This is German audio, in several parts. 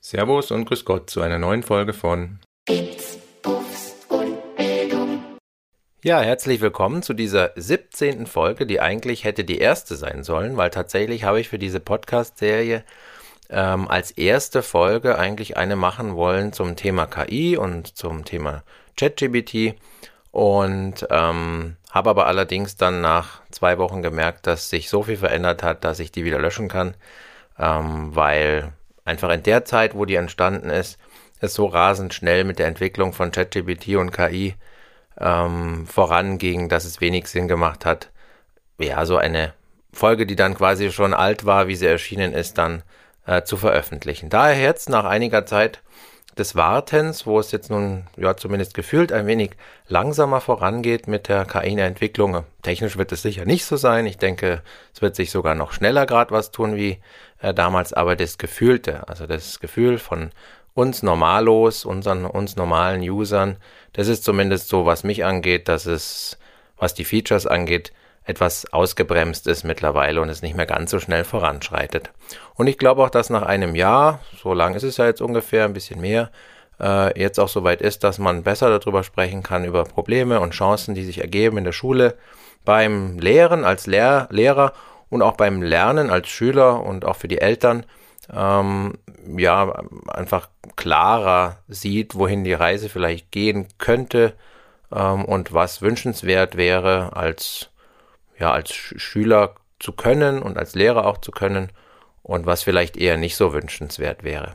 Servus und grüß Gott zu einer neuen Folge von Bits, Puffs und Bildung. Ja, herzlich willkommen zu dieser 17. Folge, die eigentlich hätte die erste sein sollen, weil tatsächlich habe ich für diese Podcast-Serie als erste Folge eigentlich eine machen wollen zum Thema KI und zum Thema ChatGPT und habe aber allerdings dann nach 2 Wochen gemerkt, dass sich so viel verändert hat, dass ich die wieder löschen kann, weil einfach in der Zeit, wo die entstanden ist, es so rasend schnell mit der Entwicklung von ChatGPT und KI voranging, dass es wenig Sinn gemacht hat, ja, so eine Folge, die dann quasi schon alt war, wie sie erschienen ist, dann zu veröffentlichen. Daher jetzt nach einiger Zeit des Wartens, wo es jetzt nun ja zumindest gefühlt ein wenig langsamer vorangeht mit der KI-Entwicklung. Technisch wird es sicher nicht so sein. Ich denke, es wird sich sogar noch schneller gerade was tun wie damals, aber das Gefühlte, also das Gefühl von uns Normalos, uns normalen Usern, das ist zumindest so, was mich angeht, dass es, was die Features angeht, etwas ausgebremst ist mittlerweile und es nicht mehr ganz so schnell voranschreitet. Und ich glaube auch, dass nach einem Jahr, so lang ist es ja jetzt ungefähr, ein bisschen mehr, jetzt auch soweit ist, dass man besser darüber sprechen kann, über Probleme und Chancen, die sich ergeben in der Schule, beim Lehren als Lehrer und auch beim Lernen als Schüler und auch für die Eltern, ja, einfach klarer sieht, wohin die Reise vielleicht gehen könnte, und was wünschenswert wäre, als Schüler zu können und als Lehrer auch zu können und was vielleicht eher nicht so wünschenswert wäre.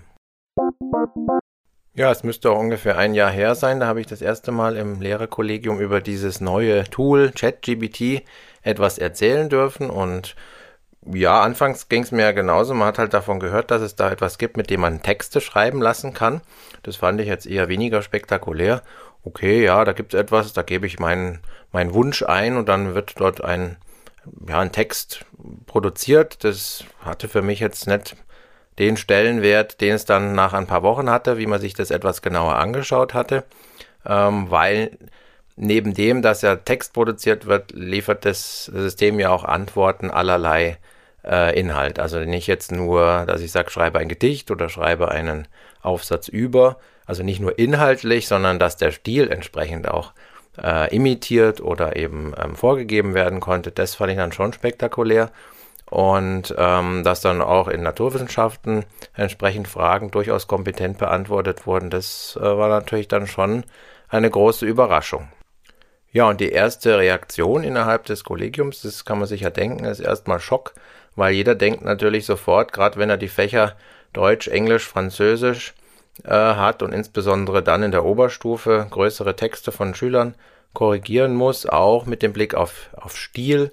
Ja, es müsste auch ungefähr ein Jahr her sein, da habe ich das erste Mal im Lehrerkollegium über dieses neue Tool ChatGPT etwas erzählen dürfen und ja, anfangs ging es mir ja genauso, man hat halt davon gehört, dass es da etwas gibt, mit dem man Texte schreiben lassen kann. Das fand ich jetzt eher weniger spektakulär. Okay, ja, da gibt es etwas, da gebe ich meinen Wunsch ein und dann wird dort ein Text produziert. Das hatte für mich jetzt nicht den Stellenwert, den es dann nach ein paar Wochen hatte, wie man sich das etwas genauer angeschaut hatte, weil neben dem, dass ja Text produziert wird, liefert das System ja auch Antworten allerlei Inhalt. Also nicht jetzt nur, dass ich sage, schreibe ein Gedicht oder schreibe einen Aufsatz über, also nicht nur inhaltlich, sondern dass der Stil entsprechend auch imitiert oder eben vorgegeben werden konnte. Das fand ich dann schon spektakulär. Und dass dann auch in Naturwissenschaften entsprechend Fragen durchaus kompetent beantwortet wurden, das war natürlich dann schon eine große Überraschung. Ja, und die erste Reaktion innerhalb des Kollegiums, das kann man sich ja denken, ist erstmal Schock, weil jeder denkt natürlich sofort, gerade wenn er die Fächer Deutsch, Englisch, Französisch hat und insbesondere dann in der Oberstufe größere Texte von Schülern korrigieren muss, auch mit dem Blick auf Stil.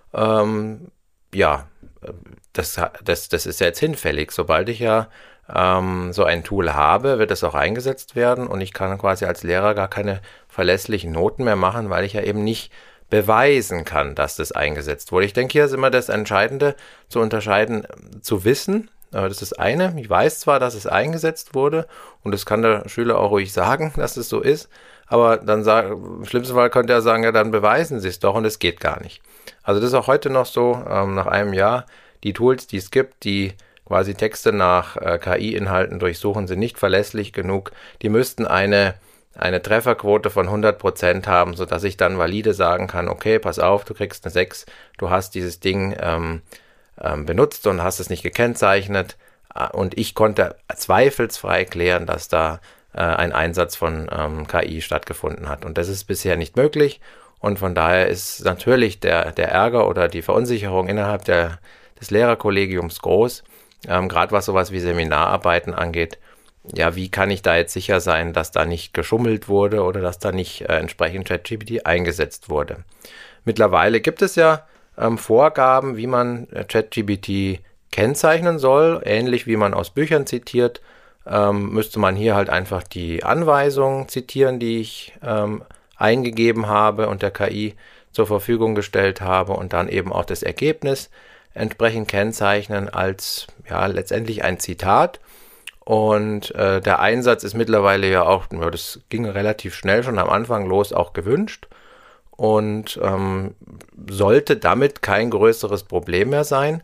Das ist ja jetzt hinfällig. Sobald ich ja so ein Tool habe, wird es auch eingesetzt werden und ich kann quasi als Lehrer gar keine verlässlichen Noten mehr machen, weil ich ja eben nicht beweisen kann, dass das eingesetzt wurde. Ich denke, hier ist immer das Entscheidende, zu unterscheiden, zu wissen. Das ist eine. Ich weiß zwar, dass es eingesetzt wurde und das kann der Schüler auch ruhig sagen, dass es so ist, aber dann im schlimmsten Fall könnte er sagen, ja, dann beweisen Sie es doch und es geht gar nicht. Also das ist auch heute noch so, nach einem Jahr, die Tools, die es gibt, die quasi Texte nach KI-Inhalten durchsuchen, sind nicht verlässlich genug. Die müssten eine Trefferquote von 100% haben, sodass ich dann valide sagen kann, okay, pass auf, du kriegst eine 6, du hast dieses Ding benutzt und hast es nicht gekennzeichnet und ich konnte zweifelsfrei klären, dass da ein Einsatz von KI stattgefunden hat. Und das ist bisher nicht möglich und von daher ist natürlich der Ärger oder die Verunsicherung innerhalb des Lehrerkollegiums groß, gerade was sowas wie Seminararbeiten angeht. Ja, wie kann ich da jetzt sicher sein, dass da nicht geschummelt wurde oder dass da nicht entsprechend ChatGPT eingesetzt wurde? Mittlerweile gibt es ja Vorgaben, wie man ChatGPT kennzeichnen soll, ähnlich wie man aus Büchern zitiert, müsste man hier halt einfach die Anweisungen zitieren, die ich eingegeben habe und der KI zur Verfügung gestellt habe und dann eben auch das Ergebnis entsprechend kennzeichnen als letztendlich ein Zitat. Und der Einsatz ist mittlerweile ja auch, das ging relativ schnell schon am Anfang los, auch gewünscht und sollte damit kein größeres Problem mehr sein.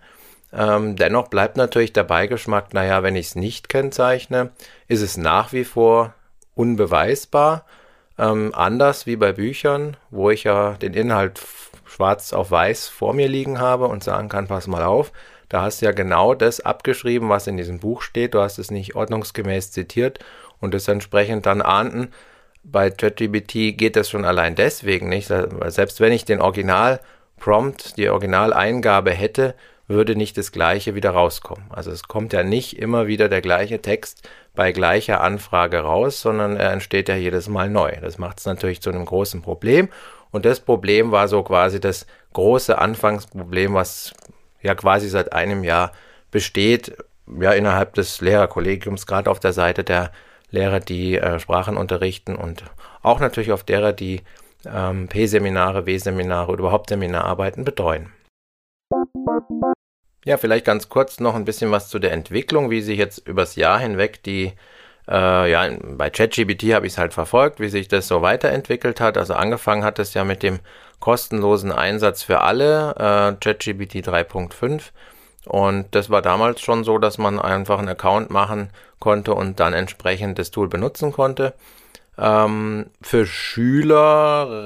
Dennoch bleibt natürlich der Beigeschmack, naja, wenn ich es nicht kennzeichne, ist es nach wie vor unbeweisbar. Anders wie bei Büchern, wo ich ja den Inhalt schwarz auf weiß vor mir liegen habe und sagen kann, pass mal auf, da hast du ja genau das abgeschrieben, was in diesem Buch steht, du hast es nicht ordnungsgemäß zitiert und es entsprechend dann ahnden. Bei ChatGPT geht das schon allein deswegen nicht, weil selbst wenn ich den Original-Prompt, die Originaleingabe hätte, würde nicht das Gleiche wieder rauskommen. Also es kommt ja nicht immer wieder der gleiche Text bei gleicher Anfrage raus, sondern er entsteht ja jedes Mal neu. Das macht es natürlich zu einem großen Problem. Und das Problem war so quasi das große Anfangsproblem, was ja quasi seit einem Jahr besteht, ja innerhalb des Lehrerkollegiums, gerade auf der Seite der Lehrer, die Sprachen unterrichten und auch natürlich auf derer, die P-Seminare, W-Seminare oder überhaupt Seminararbeiten betreuen. Ja, vielleicht ganz kurz noch ein bisschen was zu der Entwicklung, wie sich jetzt übers Jahr hinweg bei ChatGPT habe ich es halt verfolgt, wie sich das so weiterentwickelt hat. Also angefangen hat es ja mit dem kostenlosen Einsatz für alle, ChatGPT 3.5. Und das war damals schon so, dass man einfach einen Account machen konnte und dann entsprechend das Tool benutzen konnte. Für Schüler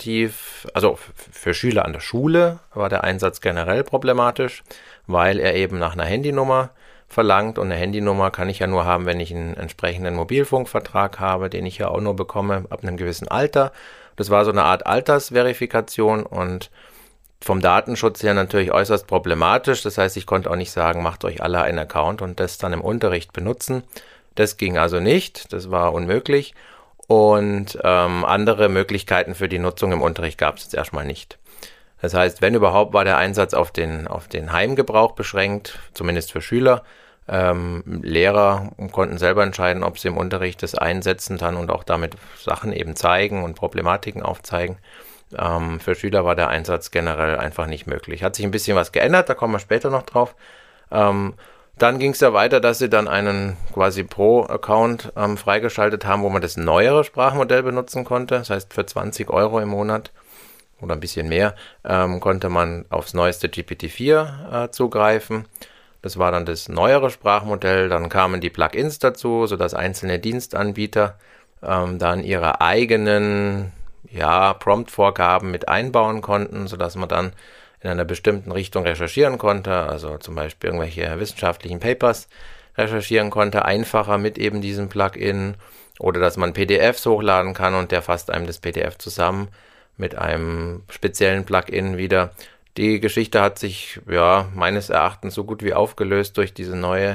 für Schüler an der Schule war der Einsatz generell problematisch, weil er eben nach einer Handynummer verlangt und eine Handynummer kann ich ja nur haben, wenn ich einen entsprechenden Mobilfunkvertrag habe, den ich ja auch nur bekomme ab einem gewissen Alter. Das war so eine Art Altersverifikation und vom Datenschutz her natürlich äußerst problematisch. Das heißt, ich konnte auch nicht sagen, macht euch alle einen Account und das dann im Unterricht benutzen. Das ging also nicht, das war unmöglich. Und andere Möglichkeiten für die Nutzung im Unterricht gab es jetzt erstmal nicht. Das heißt, wenn überhaupt, war der Einsatz auf den Heimgebrauch beschränkt, zumindest für Schüler. Lehrer konnten selber entscheiden, ob sie im Unterricht das einsetzen dann und auch damit Sachen eben zeigen und Problematiken aufzeigen. Für Schüler war der Einsatz generell einfach nicht möglich. Hat sich ein bisschen was geändert, da kommen wir später noch drauf. Dann ging es ja weiter, dass sie dann einen quasi Pro-Account freigeschaltet haben, wo man das neuere Sprachmodell benutzen konnte. Das heißt, für 20 € im Monat oder ein bisschen mehr konnte man aufs neueste GPT-4 zugreifen. Das war dann das neuere Sprachmodell. Dann kamen die Plugins dazu, sodass einzelne Dienstanbieter dann ihre eigenen Prompt-Vorgaben mit einbauen konnten, sodass man dann in einer bestimmten Richtung recherchieren konnte, also zum Beispiel irgendwelche wissenschaftlichen Papers recherchieren konnte, einfacher mit eben diesem Plugin oder dass man PDFs hochladen kann und der fasst einem das PDF zusammen mit einem speziellen Plugin wieder. Die Geschichte hat sich meines Erachtens so gut wie aufgelöst durch diese neue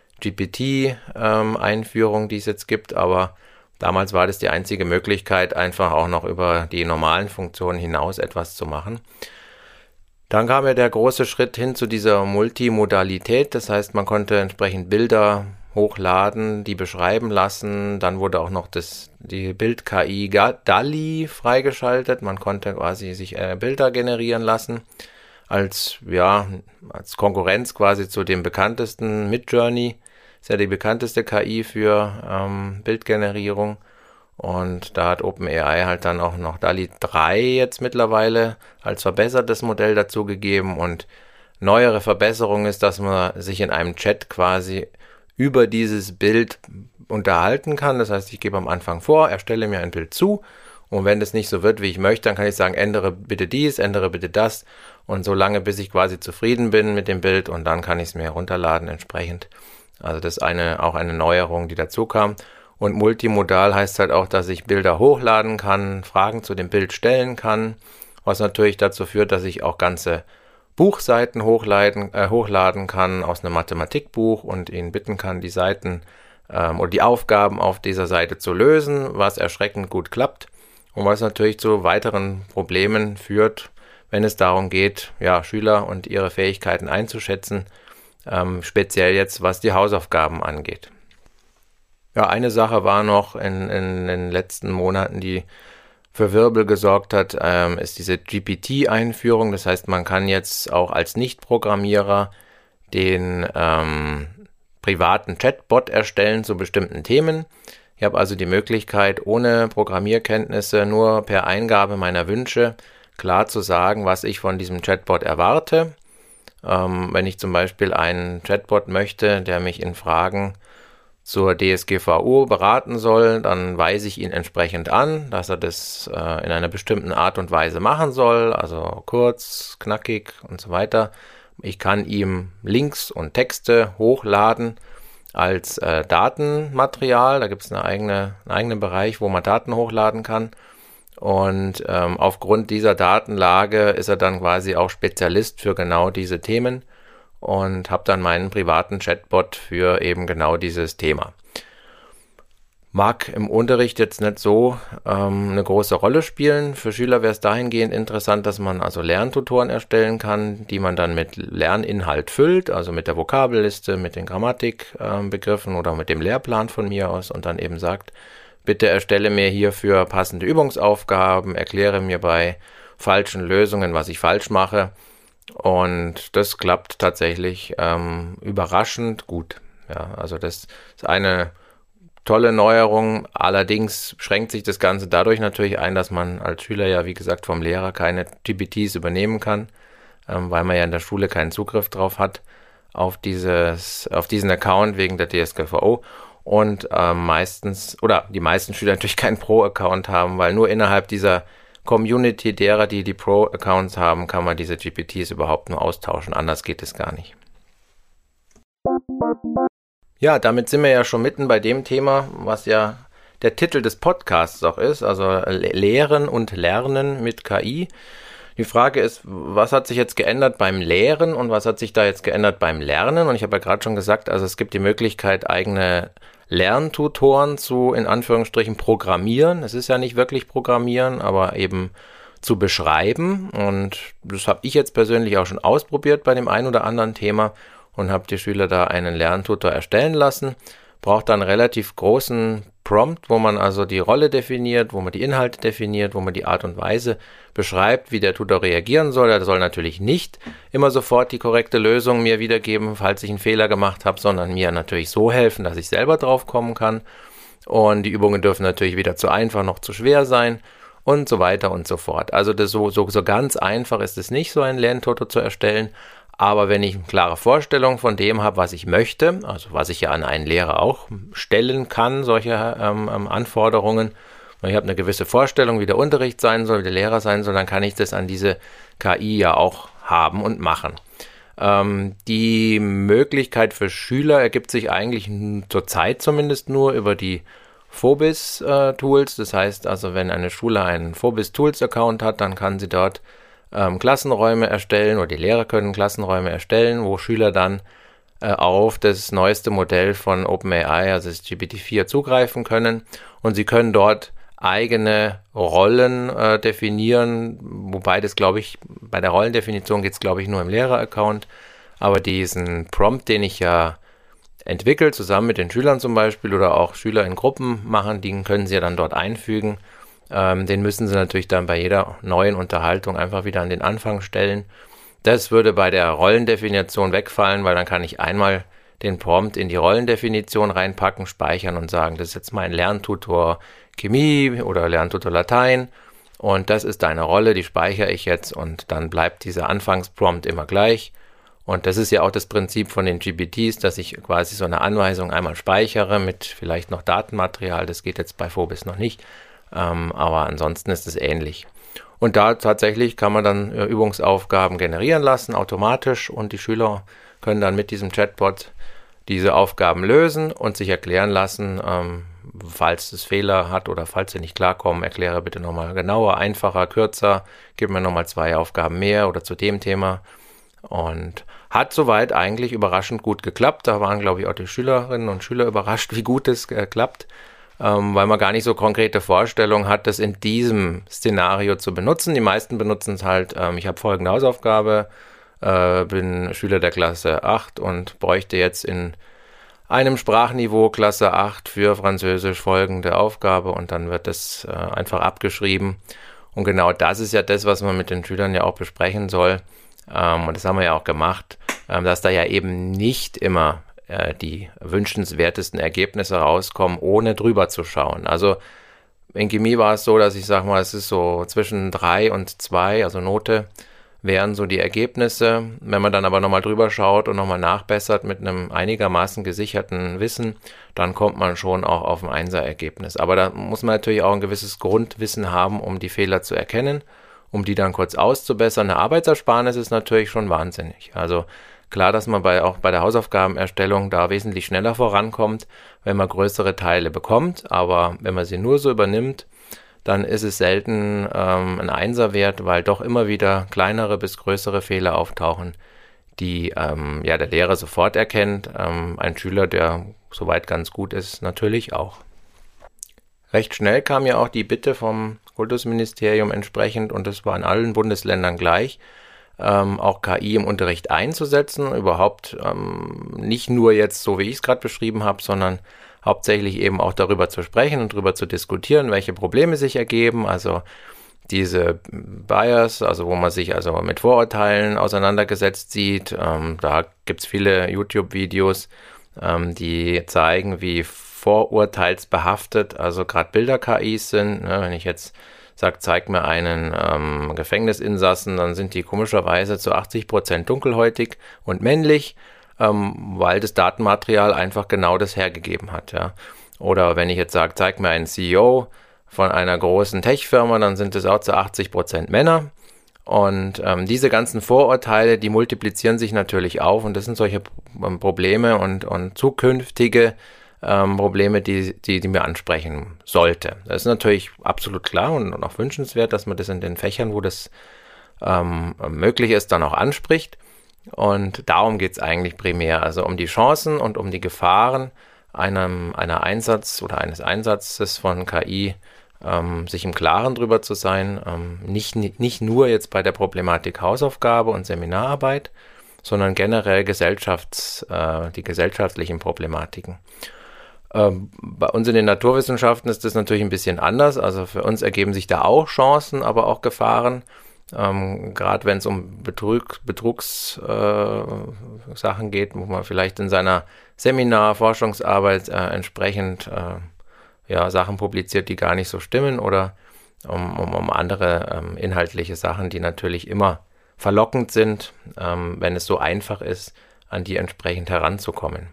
GPT-Einführung, die es jetzt gibt, aber damals war das die einzige Möglichkeit, einfach auch noch über die normalen Funktionen hinaus etwas zu machen. Dann kam ja der große Schritt hin zu dieser Multimodalität, das heißt, man konnte entsprechend Bilder hochladen, die beschreiben lassen, dann wurde auch noch die Bild-KI DALL-E freigeschaltet, man konnte quasi sich Bilder generieren lassen, als Konkurrenz quasi zu dem bekanntesten Midjourney, ist ja die bekannteste KI für Bildgenerierung. Und da hat OpenAI halt dann auch noch DALL-E 3 jetzt mittlerweile als verbessertes Modell dazu gegeben und neuere Verbesserung ist, dass man sich in einem Chat quasi über dieses Bild unterhalten kann. Das heißt, ich gebe am Anfang vor, erstelle mir ein Bild zu und wenn das nicht so wird, wie ich möchte, dann kann ich sagen, ändere bitte dies, ändere bitte das und so lange, bis ich quasi zufrieden bin mit dem Bild und dann kann ich es mir herunterladen entsprechend. Also das ist auch eine Neuerung, die dazu kam. Und multimodal heißt halt auch, dass ich Bilder hochladen kann, Fragen zu dem Bild stellen kann, was natürlich dazu führt, dass ich auch ganze Buchseiten hochladen kann aus einem Mathematikbuch und ihn bitten kann, die Seiten oder die Aufgaben auf dieser Seite zu lösen, was erschreckend gut klappt und was natürlich zu weiteren Problemen führt, wenn es darum geht, Schüler und ihre Fähigkeiten einzuschätzen, speziell jetzt, was die Hausaufgaben angeht. Ja, eine Sache war noch in den letzten Monaten, die für Wirbel gesorgt hat, ist diese GPT-Einführung. Das heißt, man kann jetzt auch als Nicht-Programmierer den privaten Chatbot erstellen zu bestimmten Themen. Ich habe also die Möglichkeit, ohne Programmierkenntnisse nur per Eingabe meiner Wünsche klar zu sagen, was ich von diesem Chatbot erwarte. Wenn ich zum Beispiel einen Chatbot möchte, der mich in Fragen zur DSGVO beraten soll, dann weise ich ihn entsprechend an, dass er das in einer bestimmten Art und Weise machen soll, also kurz, knackig und so weiter. Ich kann ihm Links und Texte hochladen als Datenmaterial. Da gibt es einen eigenen Bereich, wo man Daten hochladen kann. Und aufgrund dieser Datenlage ist er dann quasi auch Spezialist für genau diese Themen und habe dann meinen privaten Chatbot für eben genau dieses Thema. Mag im Unterricht jetzt nicht so eine große Rolle spielen. Für Schüler wäre es dahingehend interessant, dass man also Lerntutoren erstellen kann, die man dann mit Lerninhalt füllt, also mit der Vokabelliste, mit den Grammatikbegriffen oder mit dem Lehrplan von mir aus und dann eben sagt, bitte erstelle mir hierfür passende Übungsaufgaben, erkläre mir bei falschen Lösungen, was ich falsch mache. Und das klappt tatsächlich überraschend gut. Ja, also das ist eine tolle Neuerung. Allerdings schränkt sich das Ganze dadurch natürlich ein, dass man als Schüler ja, wie gesagt, vom Lehrer keine GPTs übernehmen kann, weil man ja in der Schule keinen Zugriff drauf hat auf diesen Account wegen der DSGVO. Und die meisten Schüler natürlich keinen Pro-Account haben, weil nur innerhalb dieser Community derer, die Pro-Accounts haben, kann man diese GPTs überhaupt nur austauschen. Anders geht es gar nicht. Ja, damit sind wir ja schon mitten bei dem Thema, was ja der Titel des Podcasts auch ist, also Lehren und Lernen mit KI. Die Frage ist, was hat sich jetzt geändert beim Lehren und was hat sich da jetzt geändert beim Lernen? Und ich habe ja gerade schon gesagt, also es gibt die Möglichkeit, eigene Lerntutoren zu, in Anführungsstrichen, programmieren. Es ist ja nicht wirklich programmieren, aber eben zu beschreiben. Und das habe ich jetzt persönlich auch schon ausprobiert bei dem einen oder anderen Thema und habe die Schüler da einen Lerntutor erstellen lassen. Braucht dann einen relativ großen Prompt, wo man also die Rolle definiert, wo man die Inhalte definiert, wo man die Art und Weise beschreibt, wie der Tutor reagieren soll. Er soll natürlich nicht immer sofort die korrekte Lösung mir wiedergeben, falls ich einen Fehler gemacht habe, sondern mir natürlich so helfen, dass ich selber drauf kommen kann. Und die Übungen dürfen natürlich weder zu einfach noch zu schwer sein und so weiter und so fort. Also das so ganz einfach ist es nicht, so einen Lerntutor zu erstellen. Aber wenn ich eine klare Vorstellung von dem habe, was ich möchte, also was ich ja an einen Lehrer auch stellen kann, solche Anforderungen, und ich habe eine gewisse Vorstellung, wie der Unterricht sein soll, wie der Lehrer sein soll, dann kann ich das an diese KI ja auch haben und machen. Die Möglichkeit für Schüler ergibt sich eigentlich zurzeit zumindest nur über die Phobis-Tools. Das heißt also, wenn eine Schule einen Phobis-Tools-Account hat, dann kann sie dort Klassenräume erstellen oder die Lehrer können Klassenräume erstellen, wo Schüler dann auf das neueste Modell von OpenAI, also das GPT-4, zugreifen können und sie können dort eigene Rollen definieren, wobei das, glaube ich, bei der Rollendefinition geht es, glaube ich, nur im Lehrer-Account, aber diesen Prompt, den ich ja entwickle, zusammen mit den Schülern zum Beispiel oder auch Schüler in Gruppen machen, den können sie ja dann dort einfügen. Den müssen sie natürlich dann bei jeder neuen Unterhaltung einfach wieder an den Anfang stellen. Das würde bei der Rollendefinition wegfallen, weil dann kann ich einmal den Prompt in die Rollendefinition reinpacken, speichern und sagen, das ist jetzt mein Lerntutor Chemie oder Lerntutor Latein und das ist deine Rolle, die speichere ich jetzt und dann bleibt dieser Anfangsprompt immer gleich. Und das ist ja auch das Prinzip von den GPTs, dass ich quasi so eine Anweisung einmal speichere mit vielleicht noch Datenmaterial. Das geht jetzt bei Phobis noch nicht. Aber ansonsten ist es ähnlich. Und da tatsächlich kann man dann Übungsaufgaben generieren lassen, automatisch, und die Schüler können dann mit diesem Chatbot diese Aufgaben lösen und sich erklären lassen, falls es Fehler hat oder falls sie nicht klarkommen, erkläre bitte nochmal genauer, einfacher, kürzer, gib mir nochmal 2 Aufgaben mehr oder zu dem Thema. Und hat soweit eigentlich überraschend gut geklappt. Da waren, glaube ich, auch die Schülerinnen und Schüler überrascht, wie gut es klappt. Weil man gar nicht so konkrete Vorstellungen hat, das in diesem Szenario zu benutzen. Die meisten benutzen es halt, ich habe folgende Hausaufgabe, bin Schüler der Klasse 8 und bräuchte jetzt in einem Sprachniveau Klasse 8 für Französisch folgende Aufgabe und dann wird das einfach abgeschrieben. Und genau das ist ja das, was man mit den Schülern ja auch besprechen soll. Und das haben wir ja auch gemacht, dass da ja eben nicht immer die wünschenswertesten Ergebnisse rauskommen, ohne drüber zu schauen. Also in Chemie war es so, dass ich sage mal, es ist so zwischen 3 und 2, also Note, wären so die Ergebnisse. Wenn man dann aber nochmal drüber schaut und nochmal nachbessert mit einem einigermaßen gesicherten Wissen, dann kommt man schon auch auf ein Einser-Ergebnis. Aber da muss man natürlich auch ein gewisses Grundwissen haben, um die Fehler zu erkennen, um die dann kurz auszubessern. Eine Arbeitsersparnis ist natürlich schon wahnsinnig. Also klar, dass man auch bei der Hausaufgabenerstellung da wesentlich schneller vorankommt, wenn man größere Teile bekommt. Aber wenn man sie nur so übernimmt, dann ist es selten ein Einserwert, weil doch immer wieder kleinere bis größere Fehler auftauchen, die der Lehrer sofort erkennt. Ein Schüler, der soweit ganz gut ist, natürlich auch. Recht schnell kam ja auch die Bitte vom Kultusministerium entsprechend, und das war in allen Bundesländern gleich, auch KI im Unterricht einzusetzen. Überhaupt nicht nur jetzt so, wie ich es gerade beschrieben habe, sondern hauptsächlich eben auch darüber zu sprechen und darüber zu diskutieren, welche Probleme sich ergeben, also diese Bias, also wo man sich also mit Vorurteilen auseinandergesetzt sieht. Da gibt's viele YouTube-Videos, die zeigen, wie vorurteilsbehaftet also gerade Bilder-KIs sind. Wenn ich jetzt sage, zeig mir einen Gefängnisinsassen, dann sind die komischerweise zu 80% dunkelhäutig und männlich, weil das Datenmaterial einfach genau das hergegeben hat. Ja. Oder wenn ich jetzt sage, zeig mir einen CEO von einer großen Tech-Firma, dann sind es auch zu 80% Männer. Und diese ganzen Vorurteile, die multiplizieren sich natürlich auf, und das sind solche Probleme und zukünftige Probleme, die mir ansprechen sollte. Das ist natürlich absolut klar und auch wünschenswert, dass man das in den Fächern, wo das möglich ist, dann auch anspricht. Und darum geht es eigentlich primär, also um die Chancen und um die Gefahren eines Einsatzes von KI, sich im Klaren drüber zu sein, nicht nur jetzt bei der Problematik Hausaufgabe und Seminararbeit, sondern generell die gesellschaftlichen Problematiken. Bei uns in den Naturwissenschaften ist das natürlich ein bisschen anders, also für uns ergeben sich da auch Chancen, aber auch Gefahren. Gerade wenn es um Betrugssachen geht, wo man vielleicht in seiner Forschungsarbeit entsprechend Sachen publiziert, die gar nicht so stimmen, oder um andere inhaltliche Sachen, die natürlich immer verlockend sind, wenn es so einfach ist, an die entsprechend heranzukommen.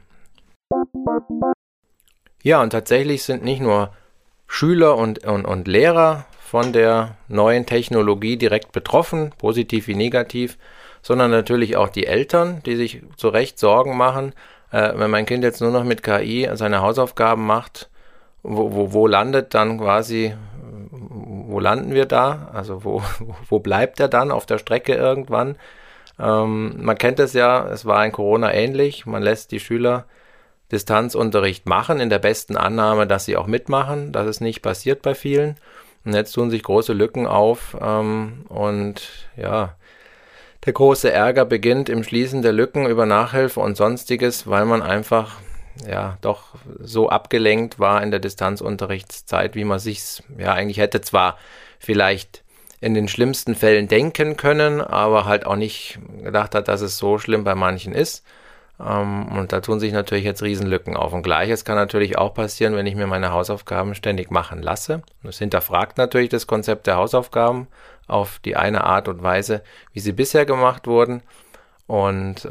Ja, und tatsächlich sind nicht nur Schüler und Lehrer von der neuen Technologie direkt betroffen, positiv wie negativ, sondern natürlich auch die Eltern, die sich zu Recht Sorgen machen, wenn mein Kind jetzt nur noch mit KI seine Hausaufgaben macht, wo landet dann quasi, wo landen wir da? Also wo bleibt er dann auf der Strecke irgendwann? Man kennt es ja, es war in Corona ähnlich, man lässt die Schüler Distanzunterricht machen, in der besten Annahme, dass sie auch mitmachen. Das ist nicht passiert bei vielen. Und jetzt tun sich große Lücken auf, und ja, der große Ärger beginnt im Schließen der Lücken über Nachhilfe und Sonstiges, weil man einfach doch so abgelenkt war in der Distanzunterrichtszeit, wie man sich's eigentlich hätte zwar vielleicht in den schlimmsten Fällen denken können, aber halt auch nicht gedacht hat, dass es so schlimm bei manchen ist. Und da tun sich natürlich jetzt Riesenlücken auf. Und Gleiches kann natürlich auch passieren, wenn ich mir meine Hausaufgaben ständig machen lasse. Das hinterfragt natürlich das Konzept der Hausaufgaben auf die eine Art und Weise, wie sie bisher gemacht wurden. Und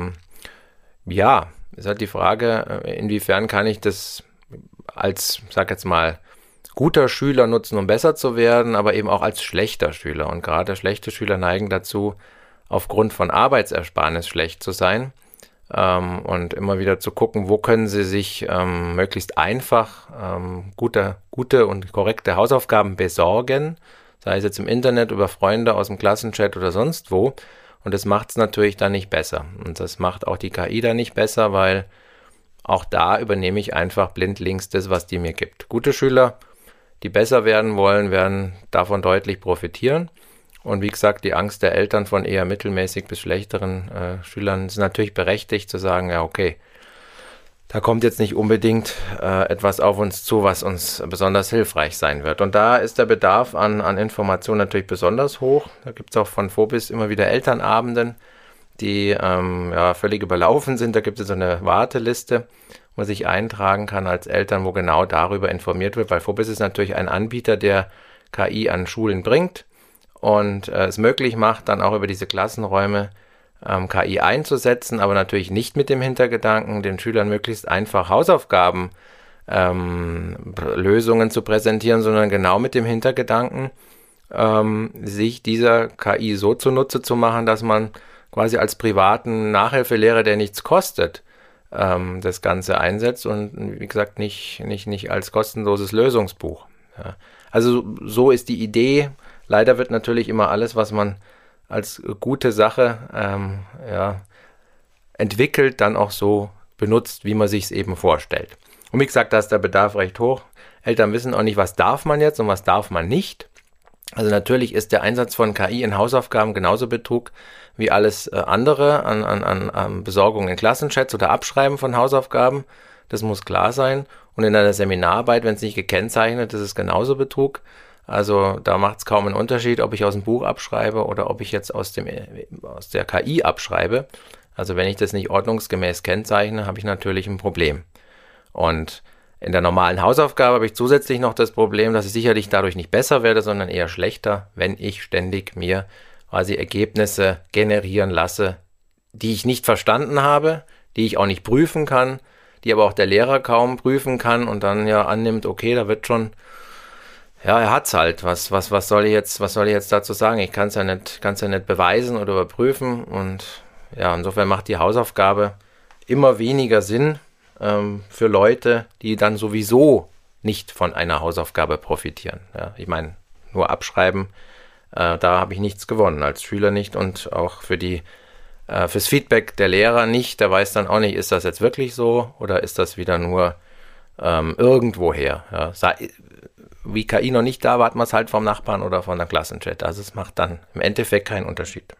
ist halt die Frage, inwiefern kann ich das als, sag jetzt mal, guter Schüler nutzen, um besser zu werden, aber eben auch als schlechter Schüler. Und gerade schlechte Schüler neigen dazu, aufgrund von Arbeitsersparnis schlecht zu sein. Und immer wieder zu gucken, wo können sie sich möglichst einfach gute und korrekte Hausaufgaben besorgen, sei es jetzt im Internet, über Freunde aus dem Klassenchat oder sonst wo. Und das macht es natürlich dann nicht besser. Und das macht auch die KI dann nicht besser, weil auch da übernehme ich einfach blindlings das, was die mir gibt. Gute Schüler, die besser werden wollen, werden davon deutlich profitieren. Und wie gesagt, die Angst der Eltern von eher mittelmäßig bis schlechteren Schülern ist natürlich berechtigt zu sagen, ja okay, da kommt jetzt nicht unbedingt etwas auf uns zu, was uns besonders hilfreich sein wird. Und da ist der Bedarf an Informationen natürlich besonders hoch. Da gibt es auch von Phobis immer wieder Elternabenden, die völlig überlaufen sind. Da gibt es so eine Warteliste, wo man sich eintragen kann als Eltern, wo genau darüber informiert wird, weil Phobis ist natürlich ein Anbieter, der KI an Schulen bringt und es möglich macht, dann auch über diese Klassenräume KI einzusetzen, aber natürlich nicht mit dem Hintergedanken, den Schülern möglichst einfach Hausaufgaben Lösungen zu präsentieren, sondern genau mit dem Hintergedanken, sich dieser KI so zunutze zu machen, dass man quasi als privaten Nachhilfelehrer, der nichts kostet, das Ganze einsetzt und wie gesagt nicht als kostenloses Lösungsbuch. Ja. Also so ist die Idee. Leider wird natürlich immer alles, was man als gute Sache entwickelt, dann auch so benutzt, wie man sich es eben vorstellt. Und wie gesagt, da ist der Bedarf recht hoch. Eltern wissen auch nicht, was darf man jetzt und was darf man nicht. Also natürlich ist der Einsatz von KI in Hausaufgaben genauso Betrug wie alles andere an Besorgung in Klassenchats oder Abschreiben von Hausaufgaben. Das muss klar sein. Und in einer Seminararbeit, wenn es nicht gekennzeichnet ist, ist es genauso Betrug. Also da macht es kaum einen Unterschied, ob ich aus dem Buch abschreibe oder ob ich jetzt aus der KI abschreibe. Also wenn ich das nicht ordnungsgemäß kennzeichne, habe ich natürlich ein Problem. Und in der normalen Hausaufgabe habe ich zusätzlich noch das Problem, dass ich sicherlich dadurch nicht besser werde, sondern eher schlechter, wenn ich ständig mir quasi Ergebnisse generieren lasse, die ich nicht verstanden habe, die ich auch nicht prüfen kann, die aber auch der Lehrer kaum prüfen kann und dann ja annimmt, okay, da wird schon, ja, er hat's halt. Was soll ich jetzt dazu sagen? Ich kann es ja nicht beweisen oder überprüfen und ja, insofern macht die Hausaufgabe immer weniger Sinn für Leute, die dann sowieso nicht von einer Hausaufgabe profitieren. Ja, ich meine, nur abschreiben, da habe ich nichts gewonnen, als Schüler nicht und auch fürs Feedback der Lehrer nicht. Der weiß dann auch nicht, ist das jetzt wirklich so oder ist das wieder nur irgendwoher. Ja. Wie KI noch nicht da war, hat man es halt vom Nachbarn oder von der Klassenchat. Also es macht dann im Endeffekt keinen Unterschied.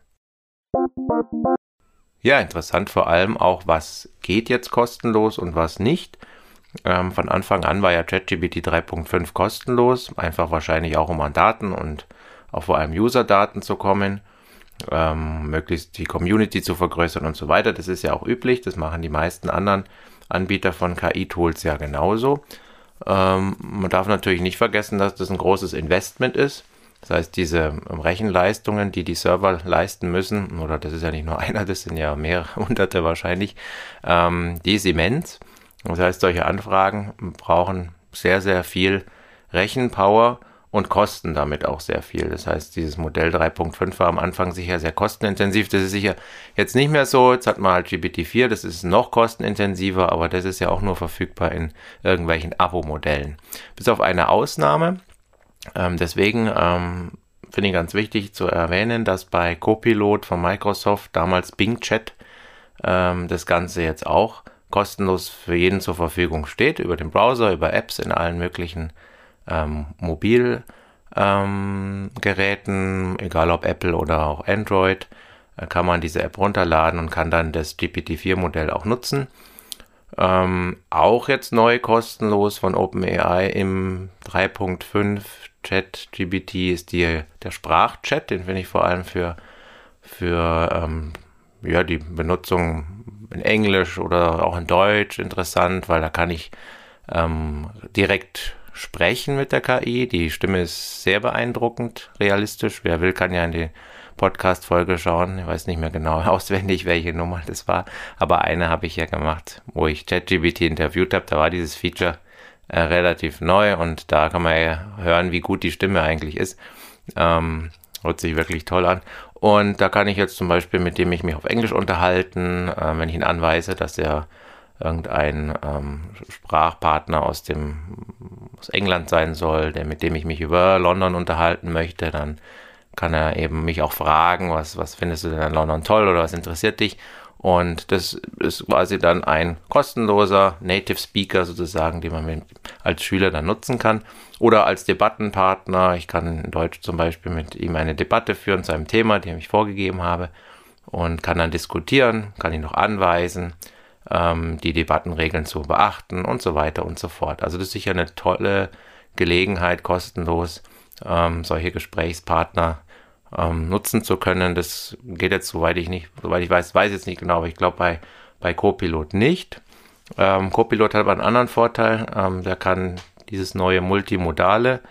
Ja, interessant vor allem auch, was geht jetzt kostenlos und was nicht. Von Anfang an war ja ChatGPT 3.5 kostenlos, einfach wahrscheinlich auch um an Daten und auch vor allem User-Daten zu kommen, möglichst die Community zu vergrößern und so weiter. Das ist ja auch üblich, das machen die meisten anderen Anbieter von KI-Tools ja genauso. Man darf natürlich nicht vergessen, dass das ein großes Investment ist. Das heißt, diese Rechenleistungen, die Server leisten müssen, oder das ist ja nicht nur einer, das sind ja mehrere Hunderte wahrscheinlich, die ist immens. Das heißt, solche Anfragen brauchen sehr, sehr viel Rechenpower und kosten damit auch sehr viel. Das heißt, dieses Modell 3.5 war am Anfang sicher sehr kostenintensiv. Das ist sicher jetzt nicht mehr so. Jetzt hat man halt GPT-4, das ist noch kostenintensiver, aber das ist ja auch nur verfügbar in irgendwelchen Abo-Modellen. Bis auf eine Ausnahme. Deswegen finde ich ganz wichtig zu erwähnen, dass bei Copilot von Microsoft, damals Bing Chat, das Ganze jetzt auch kostenlos für jeden zur Verfügung steht, über den Browser, über Apps in allen möglichen Mobilgeräten, egal ob Apple oder auch Android, kann man diese App runterladen und kann dann das GPT-4-Modell auch nutzen. Auch jetzt neu kostenlos von OpenAI im 3.5 ChatGPT ist der Sprachchat, den finde ich vor allem für die Benutzung in Englisch oder auch in Deutsch interessant, weil da kann ich direkt sprechen mit der KI. Die Stimme ist sehr beeindruckend, realistisch. Wer will, kann ja in die Podcast-Folge schauen. Ich weiß nicht mehr genau auswendig, welche Nummer das war, aber eine habe ich ja gemacht, wo ich ChatGPT interviewt habe. Da war dieses Feature relativ neu und da kann man ja hören, wie gut die Stimme eigentlich ist. Hört sich wirklich toll an. Und da kann ich jetzt zum Beispiel, mit dem ich mich auf Englisch unterhalten, wenn ich ihn anweise, dass er irgendein Sprachpartner aus England sein soll, mit dem ich mich über London unterhalten möchte, dann kann er eben mich auch fragen, was findest du denn an London toll oder was interessiert dich? Und das ist quasi dann ein kostenloser Native Speaker sozusagen, den man als Schüler dann nutzen kann. Oder als Debattenpartner. Ich kann in Deutsch zum Beispiel mit ihm eine Debatte führen zu einem Thema, dem ich vorgegeben habe. Und kann dann diskutieren, kann ihn noch anweisen, die Debattenregeln zu beachten und so weiter und so fort. Also das ist sicher eine tolle Gelegenheit, kostenlos solche Gesprächspartner nutzen zu können. Das geht jetzt, soweit ich weiß jetzt nicht genau, aber ich glaube bei Copilot nicht. Copilot hat aber einen anderen Vorteil, der kann dieses neue multimodale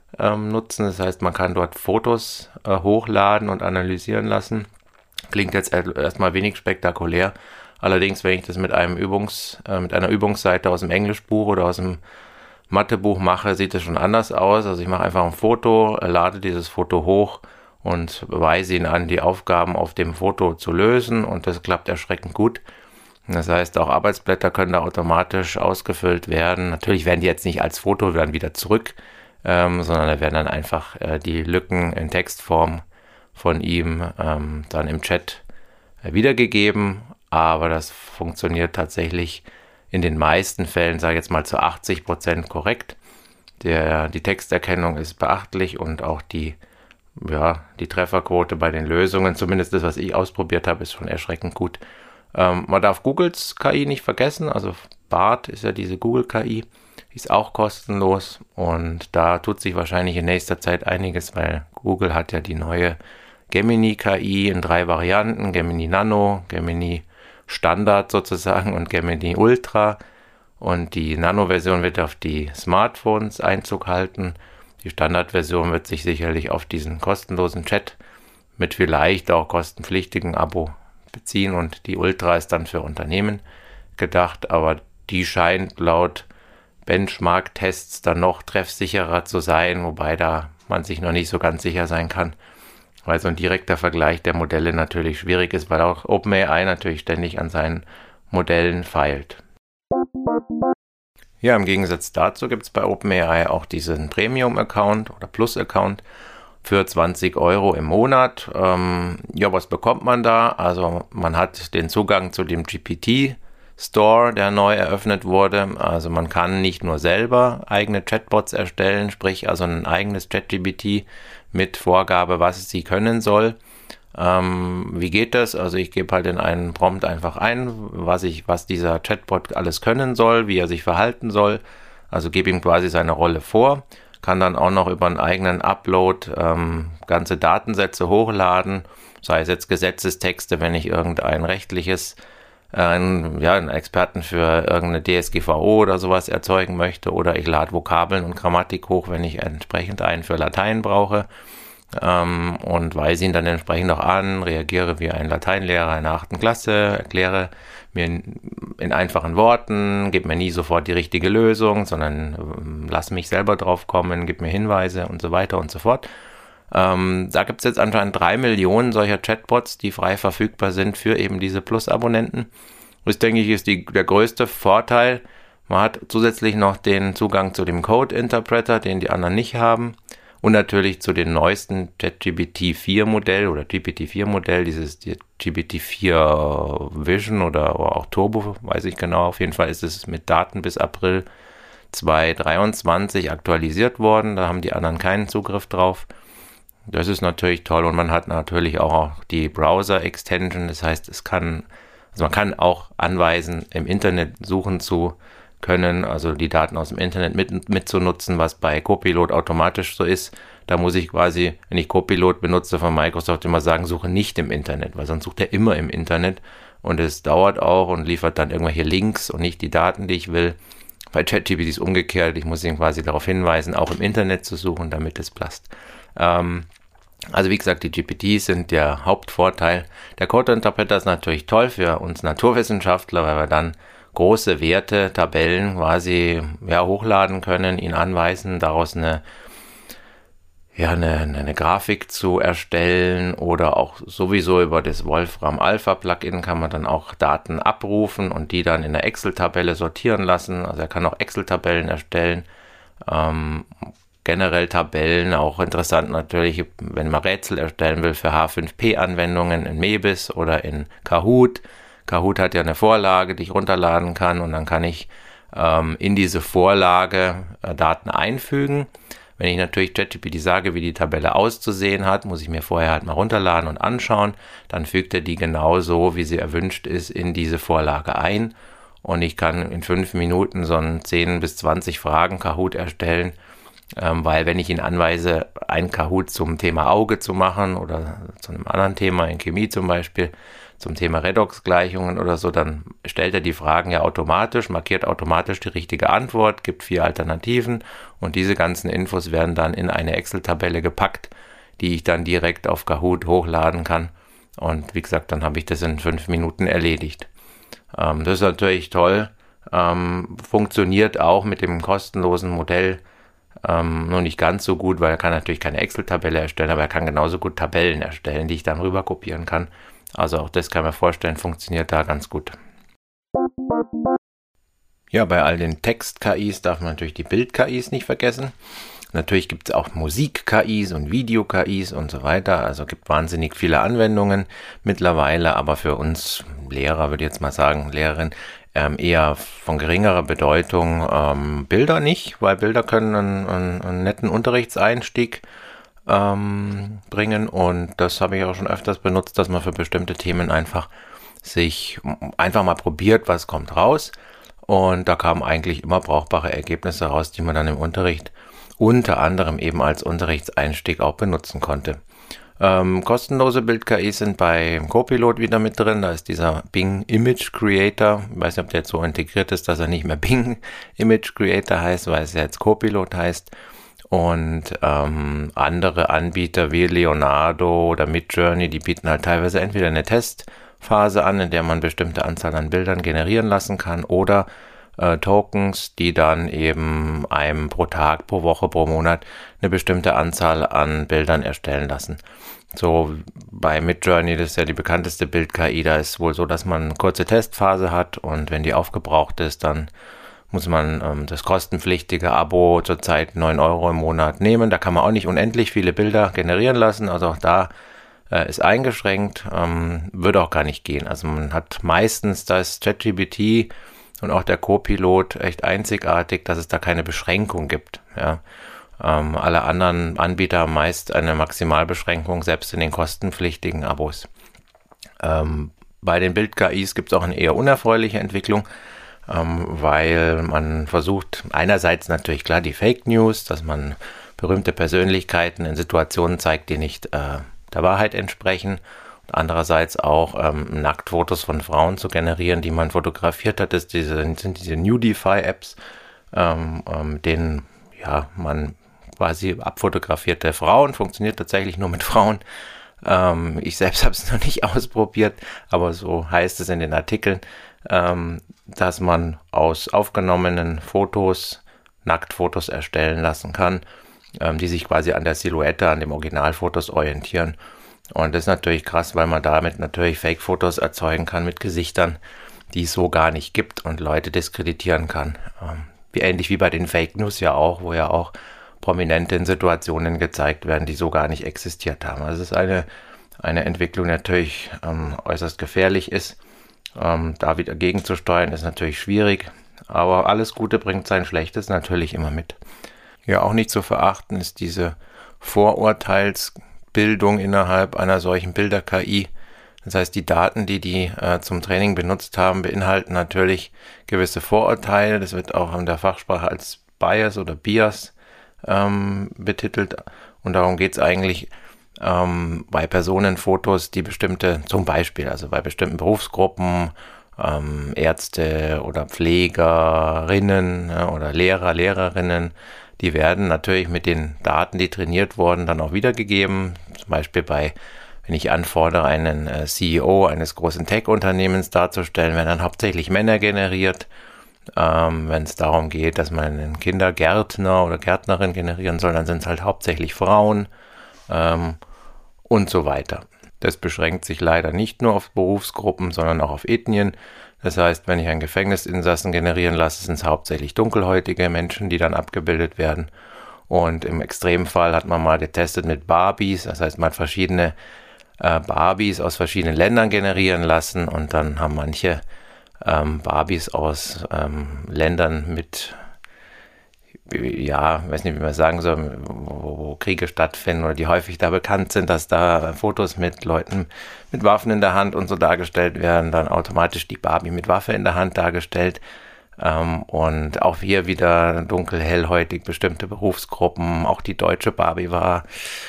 nutzen. Das heißt, man kann dort Fotos hochladen und analysieren lassen. Klingt jetzt erstmal wenig spektakulär. Allerdings, wenn ich das mit einer Übungsseite aus dem Englischbuch oder aus dem Mathebuch mache, sieht es schon anders aus. Also ich mache einfach ein Foto, lade dieses Foto hoch und weise ihn an, die Aufgaben auf dem Foto zu lösen, und das klappt erschreckend gut. Das heißt, auch Arbeitsblätter können da automatisch ausgefüllt werden. Natürlich werden die jetzt nicht als Foto dann wieder zurück, sondern da werden dann einfach die Lücken in Textform von ihm dann im Chat wiedergegeben. Aber das funktioniert tatsächlich in den meisten Fällen, sage ich jetzt mal, zu 80% korrekt. Die Texterkennung ist beachtlich und auch die Trefferquote bei den Lösungen, zumindest das, was ich ausprobiert habe, ist schon erschreckend gut. Man darf Googles KI nicht vergessen, also Bard ist ja diese Google-KI, die ist auch kostenlos, und da tut sich wahrscheinlich in nächster Zeit einiges, weil Google hat ja die neue Gemini-KI in 3 Varianten, Gemini Nano, Gemini Standard sozusagen und Gemini Ultra, und die Nano-Version wird auf die Smartphones Einzug halten. Die Standardversion wird sich sicherlich auf diesen kostenlosen Chat mit vielleicht auch kostenpflichtigen Abo beziehen, und die Ultra ist dann für Unternehmen gedacht, aber die scheint laut Benchmark-Tests dann noch treffsicherer zu sein, wobei da man sich noch nicht so ganz sicher sein kann, weil so ein direkter Vergleich der Modelle natürlich schwierig ist, weil auch OpenAI natürlich ständig an seinen Modellen feilt. Ja, im Gegensatz dazu gibt es bei OpenAI auch diesen Premium-Account oder Plus-Account für 20 Euro im Monat. Was bekommt man da? Also man hat den Zugang zu dem GPT-Store, der neu eröffnet wurde. Also man kann nicht nur selber eigene Chatbots erstellen, sprich also ein eigenes ChatGPT mit Vorgabe, was sie können soll. Wie geht das? Also ich gebe halt in einen Prompt einfach ein, was dieser Chatbot alles können soll, wie er sich verhalten soll. Also gebe ihm quasi seine Rolle vor, kann dann auch noch über einen eigenen Upload ganze Datensätze hochladen, sei es jetzt Gesetzestexte, wenn ich irgendein rechtliches, einen Experten für irgendeine DSGVO oder sowas erzeugen möchte, oder ich lade Vokabeln und Grammatik hoch, wenn ich entsprechend einen für Latein brauche. Und weise ihn dann entsprechend auch an, reagiere wie ein Lateinlehrer in der 8. Klasse, erkläre mir in einfachen Worten, gebe mir nie sofort die richtige Lösung, sondern lass mich selber drauf kommen, gib mir Hinweise und so weiter und so fort. Da gibt es jetzt anscheinend 3 Millionen solcher Chatbots, die frei verfügbar sind für eben diese Plus-Abonnenten. Das, denke ich, ist der größte Vorteil. Man hat zusätzlich noch den Zugang zu dem Code-Interpreter, den die anderen nicht haben. Und natürlich zu den neuesten ChatGPT-4-Modell oder GPT-4-Modell, dieses GPT-4 Vision oder auch Turbo, weiß ich genau. Auf jeden Fall ist es mit Daten bis April 2023 aktualisiert worden. Da haben die anderen keinen Zugriff drauf. Das ist natürlich toll, und man hat natürlich auch die Browser-Extension. Das heißt, man kann auch anweisen, im Internet suchen zu können, also die Daten aus dem Internet mitzunutzen, was bei Copilot automatisch so ist. Da muss ich quasi, wenn ich Copilot benutze von Microsoft, immer sagen, suche nicht im Internet, weil sonst sucht er immer im Internet, und es dauert auch und liefert dann irgendwelche Links und nicht die Daten, die ich will. Bei ChatGPT ist es umgekehrt, ich muss ihn quasi darauf hinweisen, auch im Internet zu suchen, damit es passt. Also wie gesagt, die GPTs sind der Hauptvorteil. Der Code-Interpreter ist natürlich toll für uns Naturwissenschaftler, weil wir dann große Werte, Tabellen quasi hochladen können, ihn anweisen, daraus eine Grafik zu erstellen, oder auch sowieso über das Wolfram Alpha Plugin kann man dann auch Daten abrufen und die dann in der Excel-Tabelle sortieren lassen. Also er kann auch Excel-Tabellen erstellen, generell Tabellen, auch interessant natürlich, wenn man Rätsel erstellen will für H5P-Anwendungen in Mebis oder in Kahoot. Kahoot hat ja eine Vorlage, die ich runterladen kann, und dann kann ich in diese Vorlage Daten einfügen. Wenn ich natürlich ChatGPT sage, wie die Tabelle auszusehen hat, muss ich mir vorher halt mal runterladen und anschauen. Dann fügt er die genau so, wie sie erwünscht ist, in diese Vorlage ein. Und ich kann in 5 Minuten so einen 10 bis 20 Fragen Kahoot erstellen, weil wenn ich ihn anweise, ein Kahoot zum Thema Auge zu machen oder zu einem anderen Thema, in Chemie zum Beispiel, zum Thema Redoxgleichungen oder so, dann stellt er die Fragen ja automatisch, markiert automatisch die richtige Antwort, gibt 4 Alternativen und diese ganzen Infos werden dann in eine Excel-Tabelle gepackt, die ich dann direkt auf Kahoot hochladen kann. Und wie gesagt, dann habe ich das in 5 Minuten erledigt. Das ist natürlich toll, funktioniert auch mit dem kostenlosen Modell nur nicht ganz so gut, weil er kann natürlich keine Excel-Tabelle erstellen, aber er kann genauso gut Tabellen erstellen, die ich dann rüber kopieren kann. Also auch das kann man vorstellen, funktioniert da ganz gut. Ja, bei all den Text-KIs darf man natürlich die Bild-KIs nicht vergessen. Natürlich gibt es auch Musik-KIs und Video-KIs und so weiter. Also gibt wahnsinnig viele Anwendungen mittlerweile, aber für uns Lehrer, würde ich jetzt mal sagen, Lehrerin, eher von geringerer Bedeutung. Bilder nicht, weil Bilder können einen netten Unterrichtseinstieg bringen und das habe ich auch schon öfters benutzt, dass man für bestimmte Themen einfach mal probiert, was kommt raus und da kamen eigentlich immer brauchbare Ergebnisse raus, die man dann im Unterricht unter anderem eben als Unterrichtseinstieg auch benutzen konnte. Kostenlose Bild-KIs sind bei Copilot wieder mit drin, da ist dieser Bing Image Creator, ich weiß nicht, ob der jetzt so integriert ist, dass er nicht mehr Bing Image Creator heißt, weil es ja jetzt Copilot heißt. Und andere Anbieter wie Leonardo oder Midjourney, die bieten halt teilweise entweder eine Testphase an, in der man bestimmte Anzahl an Bildern generieren lassen kann oder Tokens, die dann eben einem pro Tag, pro Woche, pro Monat eine bestimmte Anzahl an Bildern erstellen lassen. So bei Midjourney, das ist ja die bekannteste Bild-KI, da ist wohl so, dass man eine kurze Testphase hat und wenn die aufgebraucht ist, dann muss man das kostenpflichtige Abo zurzeit 9 € im Monat nehmen. Da kann man auch nicht unendlich viele Bilder generieren lassen. Also auch da ist eingeschränkt, würde auch gar nicht gehen. Also man hat meistens das ChatGPT und auch der Copilot echt einzigartig, dass es da keine Beschränkung gibt. Ja. Alle anderen Anbieter haben meist eine Maximalbeschränkung, selbst in den kostenpflichtigen Abos. Bei den Bild-KIs gibt es auch eine eher unerfreuliche Entwicklung, weil man versucht, einerseits natürlich klar die Fake News, dass man berühmte Persönlichkeiten in Situationen zeigt, die nicht der Wahrheit entsprechen, und andererseits auch Nacktfotos von Frauen zu generieren, die man fotografiert hat. Das sind diese Nudify-Apps, denen ja, man quasi abfotografierte Frauen, funktioniert tatsächlich nur mit Frauen. Ich selbst habe es noch nicht ausprobiert, aber so heißt es in den Artikeln, dass man aus aufgenommenen Fotos Nacktfotos erstellen lassen kann, die sich quasi an der Silhouette, an dem Originalfotos orientieren. Und das ist natürlich krass, weil man damit natürlich Fake-Fotos erzeugen kann mit Gesichtern, die es so gar nicht gibt und Leute diskreditieren kann. Ähnlich wie bei den Fake News ja auch, wo ja auch Prominente in Situationen gezeigt werden, die so gar nicht existiert haben. Also es ist eine Entwicklung, die natürlich äußerst gefährlich ist. Da wieder gegenzusteuern ist natürlich schwierig, aber alles Gute bringt sein Schlechtes natürlich immer mit. Ja, auch nicht zu verachten ist diese Vorurteilsbildung innerhalb einer solchen Bilder-KI. Das heißt, die Daten, die zum Training benutzt haben, beinhalten natürlich gewisse Vorurteile. Das wird auch in der Fachsprache als Bias oder Bias betitelt. Und darum geht es eigentlich bei Personenfotos, die bestimmte, zum Beispiel, also bei bestimmten Berufsgruppen, Ärzte oder Pflegerinnen oder Lehrer, Lehrerinnen, die werden natürlich mit den Daten, die trainiert wurden, dann auch wiedergegeben. Zum Beispiel wenn ich anfordere, einen CEO eines großen Tech-Unternehmens darzustellen, werden dann hauptsächlich Männer generiert. Wenn es darum geht, dass man einen Kindergärtner oder Gärtnerin generieren soll, dann sind es halt hauptsächlich Frauen und so weiter. Das beschränkt sich leider nicht nur auf Berufsgruppen, sondern auch auf Ethnien. Das heißt, wenn ich einen Gefängnisinsassen generieren lasse, sind es hauptsächlich dunkelhäutige Menschen, die dann abgebildet werden. Und im Extremfall hat man mal getestet mit Barbies. Das heißt, man hat verschiedene Barbies aus verschiedenen Ländern generieren lassen und dann haben manche Barbies aus Ländern mit, ja, weiß nicht, wie man sagen soll, wo Kriege stattfinden oder die häufig da bekannt sind, dass da Fotos mit Leuten mit Waffen in der Hand und so dargestellt werden, dann automatisch die Barbie mit Waffe in der Hand dargestellt. Und auch hier wieder dunkel, hellhäutig bestimmte Berufsgruppen. Auch die deutsche Barbie war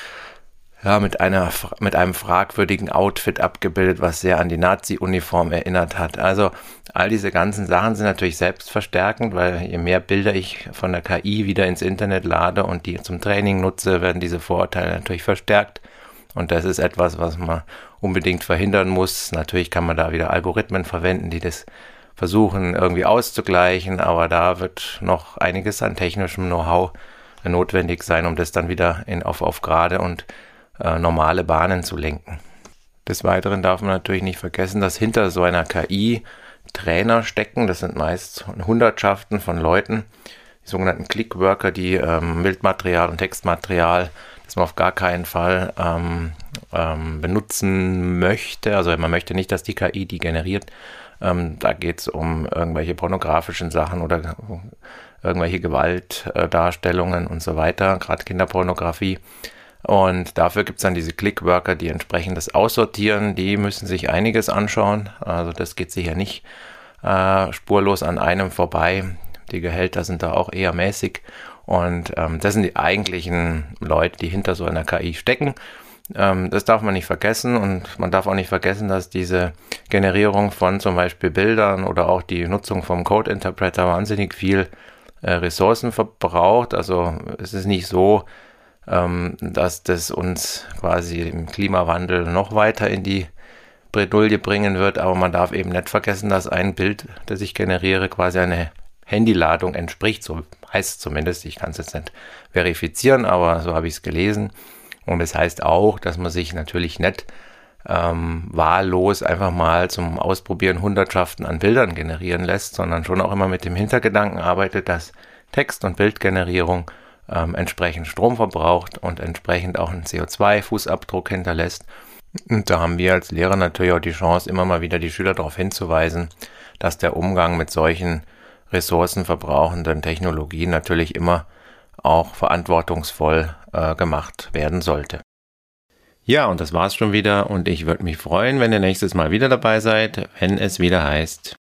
ja mit einem fragwürdigen Outfit abgebildet, was sehr an die Nazi-Uniform erinnert hat. Also all diese ganzen Sachen sind natürlich selbstverstärkend, weil je mehr Bilder ich von der KI wieder ins Internet lade und die zum Training nutze, werden diese Vorurteile natürlich verstärkt. Und das ist etwas, was man unbedingt verhindern muss. Natürlich kann man da wieder Algorithmen verwenden, die das versuchen irgendwie auszugleichen, aber da wird noch einiges an technischem Know-how notwendig sein, um das dann wieder auf gerade und normale Bahnen zu lenken. Des Weiteren darf man natürlich nicht vergessen, dass hinter so einer KI Trainer stecken. Das sind meist Hundertschaften von Leuten, die sogenannten Clickworker, die Bildmaterial und Textmaterial, das man auf gar keinen Fall benutzen möchte. Also man möchte nicht, dass die KI die generiert. Da geht es um irgendwelche pornografischen Sachen oder irgendwelche Gewaltdarstellungen und so weiter, gerade Kinderpornografie. Und dafür gibt es dann diese Clickworker, die entsprechend das aussortieren. Die müssen sich einiges anschauen. Also das geht sicher nicht spurlos an einem vorbei. Die Gehälter sind da auch eher mäßig. Und das sind die eigentlichen Leute, die hinter so einer KI stecken. Das darf man nicht vergessen. Und man darf auch nicht vergessen, dass diese Generierung von zum Beispiel Bildern oder auch die Nutzung vom Code Interpreter wahnsinnig viel Ressourcen verbraucht. Also es ist nicht so, dass das uns quasi im Klimawandel noch weiter in die Bredouille bringen wird, aber man darf eben nicht vergessen, dass ein Bild, das ich generiere, quasi eine Handyladung entspricht, so heißt es zumindest, ich kann es jetzt nicht verifizieren, aber so habe ich es gelesen und das heißt auch, dass man sich natürlich nicht wahllos einfach mal zum Ausprobieren Hundertschaften an Bildern generieren lässt, sondern schon auch immer mit dem Hintergedanken arbeitet, dass Text- und Bildgenerierung entsprechend Strom verbraucht und entsprechend auch einen CO2-Fußabdruck hinterlässt. Und da haben wir als Lehrer natürlich auch die Chance, immer mal wieder die Schüler darauf hinzuweisen, dass der Umgang mit solchen ressourcenverbrauchenden Technologien natürlich immer auch verantwortungsvoll gemacht werden sollte. Ja, und das war's schon wieder und ich würde mich freuen, wenn ihr nächstes Mal wieder dabei seid, wenn es wieder heißt